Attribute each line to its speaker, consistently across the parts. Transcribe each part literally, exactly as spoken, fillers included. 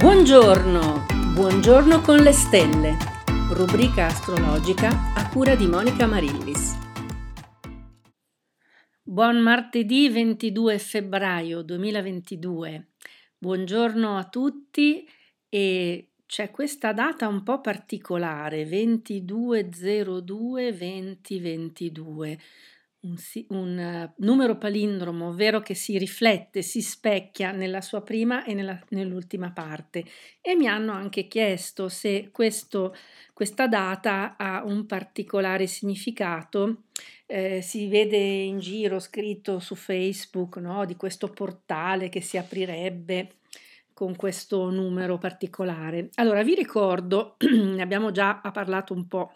Speaker 1: Buongiorno, buongiorno con le stelle, rubrica astrologica a cura di Monica Marillis. Buon martedì ventidue febbraio duemilaventidue, buongiorno a tutti e c'è questa data un po' particolare, ventidue zero due duemilaventidue. Un, si- un eh, numero palindromo, ovvero che si riflette, si specchia nella sua prima e nella- nell'ultima parte. E mi hanno anche chiesto se questo, questa data ha un particolare significato. Eh, si vede in giro scritto su Facebook, no, di questo portale che si aprirebbe con questo numero particolare. Allora, vi ricordo, ne abbiamo già parlato un po',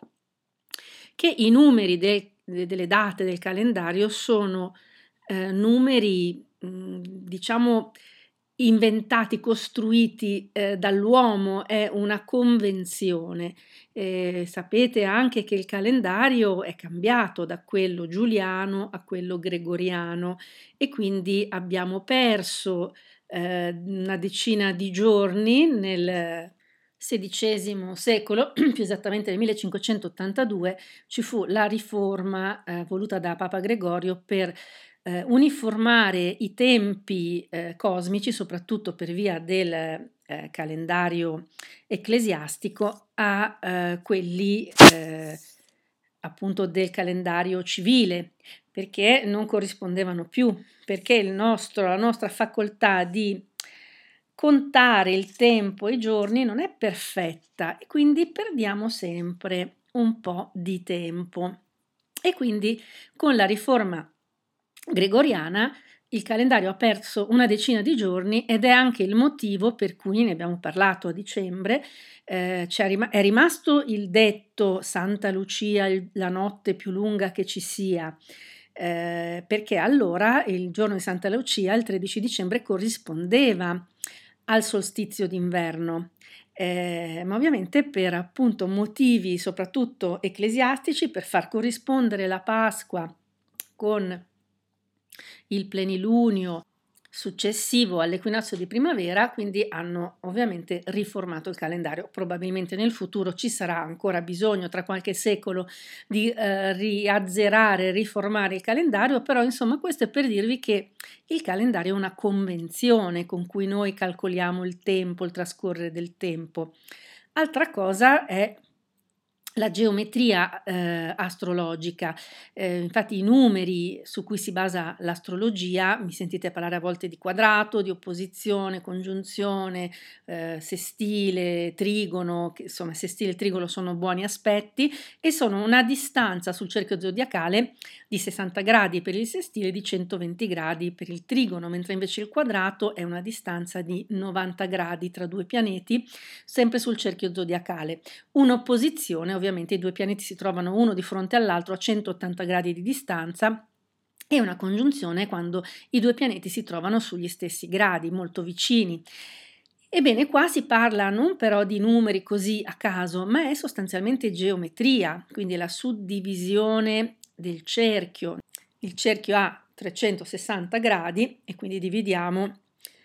Speaker 1: che i numeri del- delle date del calendario sono eh, numeri, mh, diciamo, inventati, costruiti eh, dall'uomo, è una convenzione. Eh, sapete anche che il calendario è cambiato da quello giuliano a quello gregoriano e quindi abbiamo perso eh, una decina di giorni nel sedicesimo secolo, più esattamente nel millecinquecentottantadue, ci fu la riforma eh, voluta da Papa Gregorio per eh, uniformare i tempi eh, cosmici, soprattutto per via del eh, calendario ecclesiastico, a eh, quelli eh, appunto del calendario civile, perché non corrispondevano più, perché il nostro, la nostra facoltà di contare il tempo e i giorni non è perfetta e quindi perdiamo sempre un po' di tempo. E quindi con la riforma gregoriana il calendario ha perso una decina di giorni ed è anche il motivo per cui ne abbiamo parlato a dicembre. Eh, c'è rim- è rimasto il detto Santa Lucia, il- la notte più lunga che ci sia, eh, perché allora il giorno di Santa Lucia, il tredici dicembre, corrispondeva al solstizio d'inverno. Eh, ma ovviamente per appunto motivi soprattutto ecclesiastici, per far corrispondere la Pasqua con il plenilunio successivo all'equinozio di primavera, quindi hanno ovviamente riformato il calendario. Probabilmente nel futuro ci sarà ancora bisogno, tra qualche secolo, di eh, riazzerare, riformare il calendario, però insomma questo è per dirvi che il calendario è una convenzione con cui noi calcoliamo il tempo, il trascorrere del tempo. Altra cosa è la geometria eh, astrologica. Eh, infatti i numeri su cui si basa l'astrologia, mi sentite parlare a volte di quadrato, di opposizione, congiunzione, eh, sestile, trigono, che, insomma sestile e trigono sono buoni aspetti e sono una distanza sul cerchio zodiacale di sessanta gradi per il sestile e di centoventi gradi per il trigono, mentre invece il quadrato è una distanza di novanta gradi tra due pianeti, sempre sul cerchio zodiacale. Un'opposizione, ovviamente i due pianeti si trovano uno di fronte all'altro a centottanta gradi di distanza, e una congiunzione quando i due pianeti si trovano sugli stessi gradi, molto vicini. Ebbene, qua si parla non però di numeri così a caso, ma è sostanzialmente geometria, quindi la suddivisione del cerchio. Il cerchio ha trecentosessanta gradi e quindi dividiamo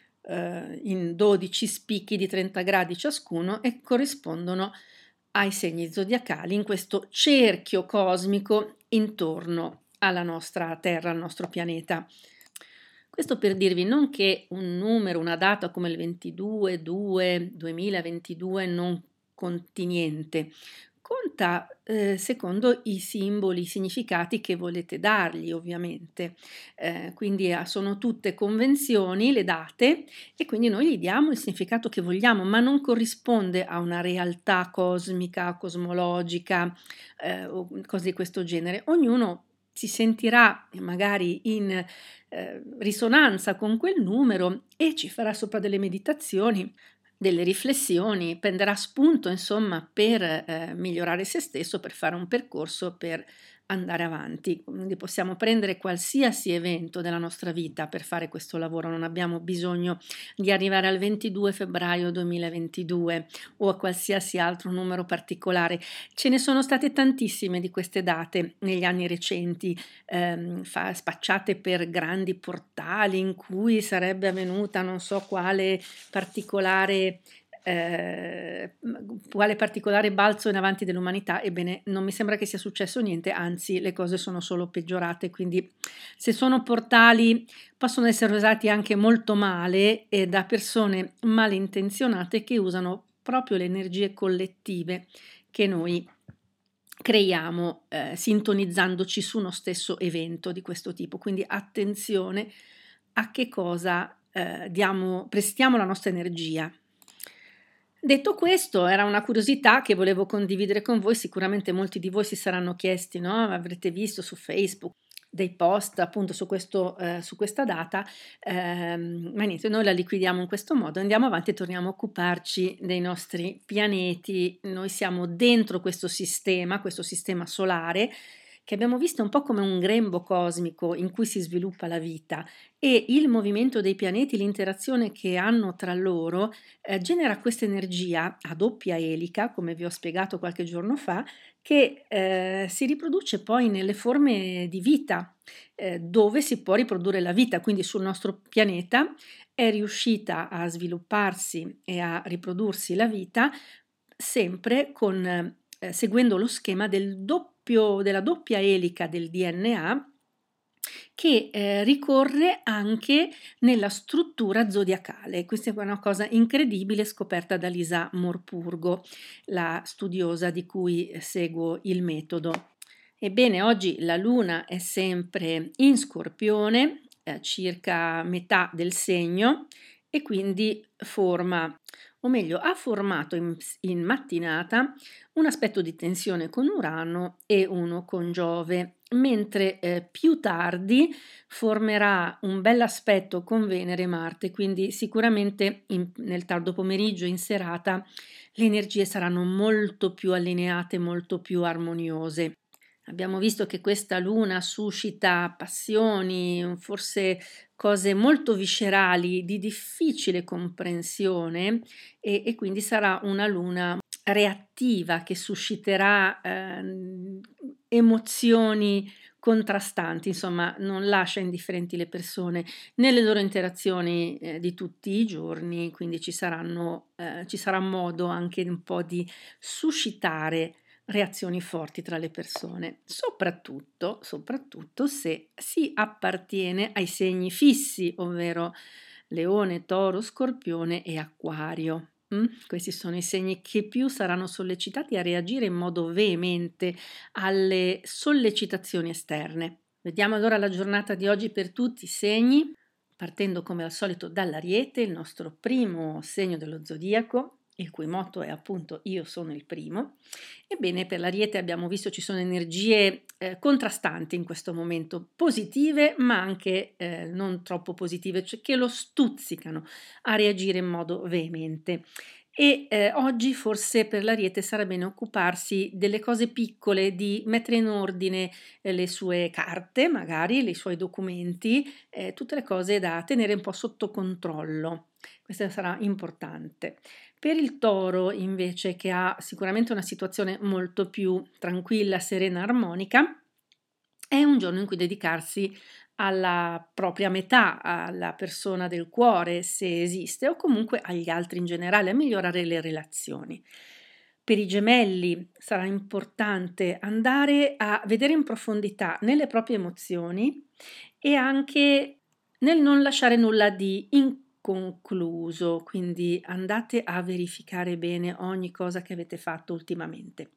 Speaker 1: eh, in dodici spicchi di trenta gradi ciascuno e corrispondono ai segni zodiacali in questo cerchio cosmico intorno alla nostra Terra, al nostro pianeta. Questo per dirvi non che un numero, una data come il ventidue due duemilaventidue non conti niente, conta eh, secondo i simboli, i significati che volete dargli, ovviamente. Eh, quindi eh, sono tutte convenzioni, le date, e quindi noi gli diamo il significato che vogliamo, ma non corrisponde a una realtà cosmica, cosmologica eh, o cose di questo genere. Ognuno si sentirà magari in eh, risonanza con quel numero e ci farà sopra delle meditazioni, delle riflessioni, prenderà spunto insomma per eh, migliorare se stesso, per fare un percorso per andare avanti. Quindi possiamo prendere qualsiasi evento della nostra vita per fare questo lavoro, non abbiamo bisogno di arrivare al ventidue febbraio duemilaventidue o a qualsiasi altro numero particolare. Ce ne sono state tantissime di queste date negli anni recenti, ehm, fa, spacciate per grandi portali in cui sarebbe avvenuta non so quale particolare eh, quale particolare balzo in avanti dell'umanità, ebbene non mi sembra che sia successo niente, anzi le cose sono solo peggiorate, quindi se sono portali possono essere usati anche molto male e da persone malintenzionate che usano proprio le energie collettive che noi creiamo eh, sintonizzandoci su uno stesso evento di questo tipo. Quindi attenzione a che cosa eh, diamo, prestiamo la nostra energia. Detto questo, era una curiosità che volevo condividere con voi. Sicuramente molti di voi si saranno chiesti, no? Avrete visto su Facebook dei post appunto su, questo, eh, su questa data, ehm, ma niente, noi la liquidiamo in questo modo, andiamo avanti e torniamo a occuparci dei nostri pianeti. Noi siamo dentro questo sistema, questo sistema solare, che abbiamo visto un po' come un grembo cosmico in cui si sviluppa la vita, e il movimento dei pianeti, l'interazione che hanno tra loro, eh, genera questa energia a doppia elica, come vi ho spiegato qualche giorno fa, che eh, si riproduce poi nelle forme di vita, eh, dove si può riprodurre la vita. Quindi sul nostro pianeta è riuscita a svilupparsi e a riprodursi la vita sempre con, eh, seguendo lo schema del doppio, della doppia elica del D N A, che eh, ricorre anche nella struttura zodiacale. Questa è una cosa incredibile scoperta da Lisa Morpurgo, la studiosa di cui seguo il metodo. Ebbene, oggi la Luna è sempre in Scorpione, eh, circa metà del segno, e quindi forma, o meglio, ha formato in, in mattinata un aspetto di tensione con Urano e uno con Giove, mentre eh, più tardi formerà un bell'aspetto con Venere e Marte, quindi sicuramente in, nel tardo pomeriggio, in serata, le energie saranno molto più allineate, molto più armoniose. Abbiamo visto che questa luna suscita passioni, forse cose molto viscerali, di difficile comprensione, e, e quindi sarà una luna reattiva che susciterà eh, emozioni contrastanti, insomma non lascia indifferenti le persone nelle loro interazioni eh, di tutti i giorni, quindi ci saranno, eh, ci sarà modo anche un po' di suscitare reazioni forti tra le persone, soprattutto, soprattutto se si appartiene ai segni fissi, ovvero Leone, Toro, Scorpione e Acquario. Mm? Questi sono i segni che più saranno sollecitati a reagire in modo veemente alle sollecitazioni esterne. Vediamo allora la giornata di oggi per tutti i segni, partendo come al solito dall'Ariete, il nostro primo segno dello zodiaco, il cui motto è appunto io sono il primo. Ebbene, per l'Ariete abbiamo visto ci sono energie eh, contrastanti in questo momento, positive ma anche eh, non troppo positive, cioè che lo stuzzicano a reagire in modo veemente. E eh, oggi forse per l'Ariete sarà bene occuparsi delle cose piccole, di mettere in ordine eh, le sue carte, magari i suoi documenti, eh, tutte le cose da tenere un po' sotto controllo. Questo sarà importante. Per il Toro, invece, che ha sicuramente una situazione molto più tranquilla, serena, armonica, è un giorno in cui dedicarsi alla propria metà, alla persona del cuore, se esiste, o comunque agli altri in generale, a migliorare le relazioni. Per i Gemelli sarà importante andare a vedere in profondità nelle proprie emozioni e anche nel non lasciare nulla di inconcluso, quindi andate a verificare bene ogni cosa che avete fatto ultimamente.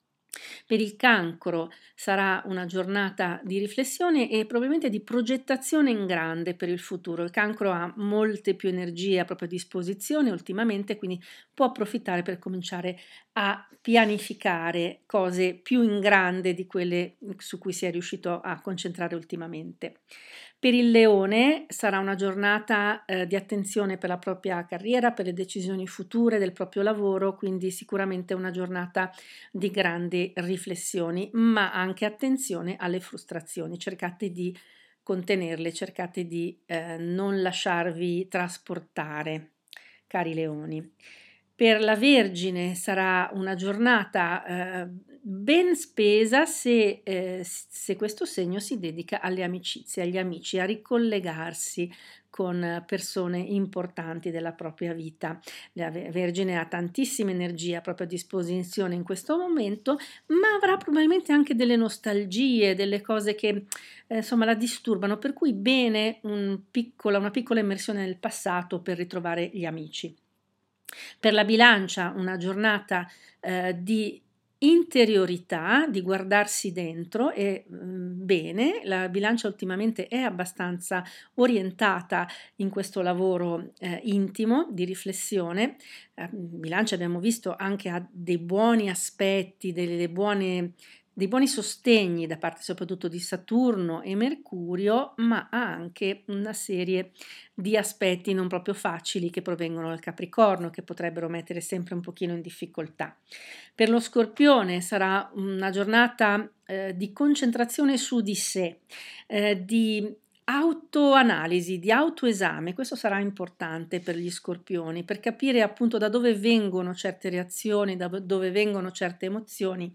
Speaker 1: Per il Cancro sarà una giornata di riflessione e probabilmente di progettazione in grande per il futuro. Il Cancro ha molte più energie a propria disposizione ultimamente, quindi può approfittare per cominciare a pianificare cose più in grande di quelle su cui si è riuscito a concentrare ultimamente. Per il Leone sarà una giornata eh, di attenzione per la propria carriera, per le decisioni future del proprio lavoro, quindi sicuramente una giornata di grandi riflessioni, ma anche attenzione alle frustrazioni. Cercate di contenerle, cercate di eh, non lasciarvi trasportare, cari leoni. Per la Vergine sarà una giornata eh, ben spesa se, eh, se questo segno si dedica alle amicizie, agli amici, a ricollegarsi con persone importanti della propria vita. La Vergine ha tantissima energia proprio a disposizione in questo momento, ma avrà probabilmente anche delle nostalgie, delle cose che eh, insomma la disturbano, per cui bene un piccola, una piccola immersione nel passato per ritrovare gli amici. Per la Bilancia una giornata eh, di interiorità, di guardarsi dentro e mh, bene, la Bilancia ultimamente è abbastanza orientata in questo lavoro eh, intimo di riflessione. Eh, Bilancia abbiamo visto anche ha dei buoni aspetti, delle buone dei buoni sostegni da parte soprattutto di Saturno e Mercurio, ma ha anche una serie di aspetti non proprio facili che provengono dal Capricorno, che potrebbero mettere sempre un pochino in difficoltà. Per lo Scorpione sarà una giornata eh, di concentrazione su di sé, eh, di autoanalisi, di autoesame. Questo sarà importante per gli Scorpioni, per capire appunto da dove vengono certe reazioni, da dove vengono certe emozioni.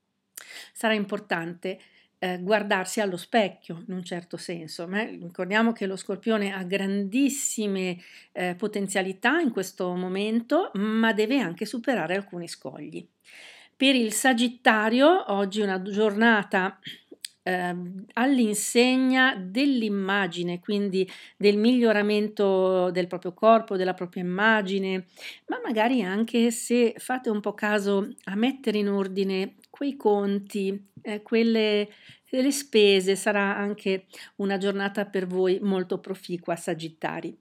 Speaker 1: Sarà importante eh, guardarsi allo specchio in un certo senso. Ma ricordiamo che lo Scorpione ha grandissime eh, potenzialità in questo momento, ma deve anche superare alcuni scogli. Per il Sagittario, oggi una giornata eh, all'insegna dell'immagine, quindi del miglioramento del proprio corpo, della propria immagine, ma magari anche, se fate un po' caso, a mettere in ordine quei conti, eh, quelle le spese. Sarà anche una giornata per voi molto proficua, Sagittari.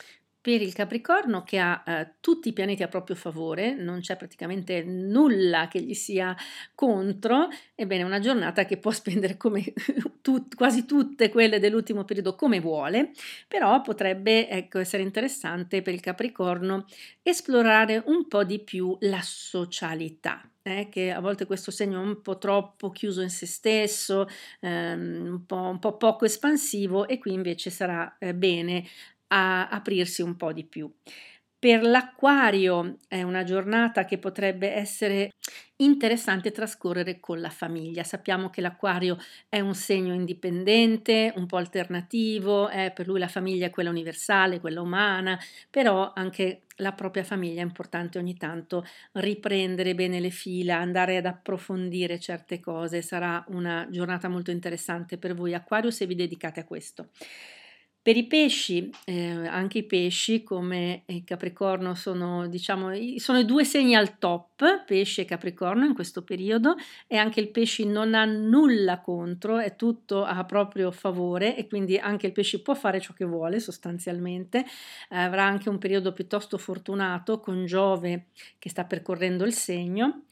Speaker 1: Per il Capricorno, che ha eh, tutti i pianeti a proprio favore, non c'è praticamente nulla che gli sia contro, ebbene una giornata che può spendere come tut, quasi tutte quelle dell'ultimo periodo come vuole, però potrebbe ecco, essere interessante per il Capricorno esplorare un po' di più la socialità. Eh, che a volte questo segno è un po' troppo chiuso in se stesso, ehm, un, po', un po' poco espansivo, e qui invece sarà eh, bene a aprirsi un po' di più. Per l'Acquario è una giornata che potrebbe essere interessante trascorrere con la famiglia. Sappiamo che l'Acquario è un segno indipendente, un po' alternativo, eh, per lui la famiglia è quella universale, quella umana, però anche la propria famiglia è importante ogni tanto riprendere bene le fila, andare ad approfondire certe cose. Sarà una giornata molto interessante per voi Acquario se vi dedicate a questo. Per i pesci, eh, anche i pesci come il Capricorno sono, diciamo, sono i due segni al top, pesci e Capricorno in questo periodo, e anche il pesci non ha nulla contro, è tutto a proprio favore, e quindi anche il pesci può fare ciò che vuole sostanzialmente. Eh, avrà anche un periodo piuttosto fortunato con Giove che sta percorrendo il segno.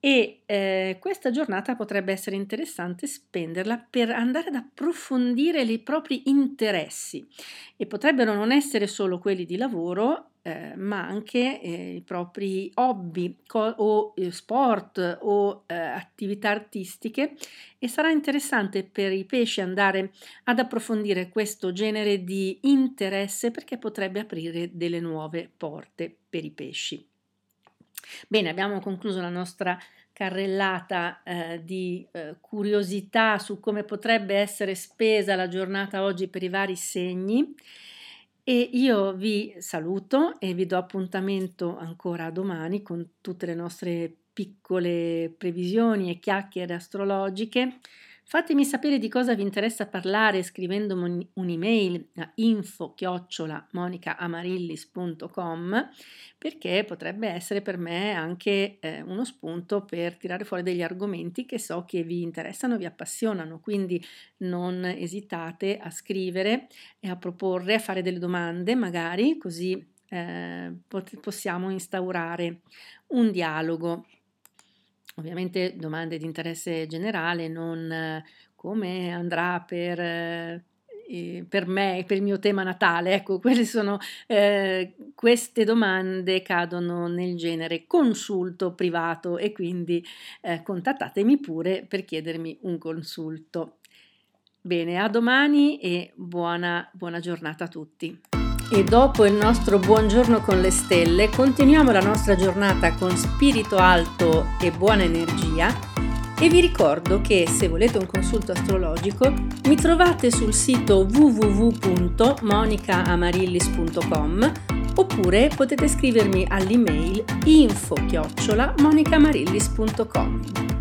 Speaker 1: E eh, questa giornata potrebbe essere interessante spenderla per andare ad approfondire i propri interessi, e potrebbero non essere solo quelli di lavoro, eh, ma anche eh, i propri hobby co- o eh, sport o eh, attività artistiche, e sarà interessante per i pesci andare ad approfondire questo genere di interesse, perché potrebbe aprire delle nuove porte per i pesci. Bene, abbiamo concluso la nostra carrellata eh, di eh, curiosità su come potrebbe essere spesa la giornata oggi per i vari segni, e io vi saluto e vi do appuntamento ancora domani con tutte le nostre piccole previsioni e chiacchiere astrologiche. Fatemi sapere di cosa vi interessa parlare scrivendomi un'email a info chiocciola monicamarillis punto com, perché potrebbe essere per me anche eh, uno spunto per tirare fuori degli argomenti che so che vi interessano, vi appassionano. Quindi non esitate a scrivere e a proporre, a fare delle domande magari, così eh, pot- possiamo instaurare un dialogo. Ovviamente domande di interesse generale, non eh, come andrà per, eh, eh, per me, per il mio tema natale. Ecco, quelle sono, eh, queste domande cadono nel genere consulto privato, e quindi eh, contattatemi pure per chiedermi un consulto. Bene, a domani e buona, buona giornata a tutti. E dopo il nostro buongiorno con le stelle, continuiamo la nostra giornata con spirito alto e buona energia, E vi ricordo che se volete un consulto astrologico mi trovate sul sito w w w punto monica amarillis punto com oppure potete scrivermi all'email info chiocciola monica amarillis punto com.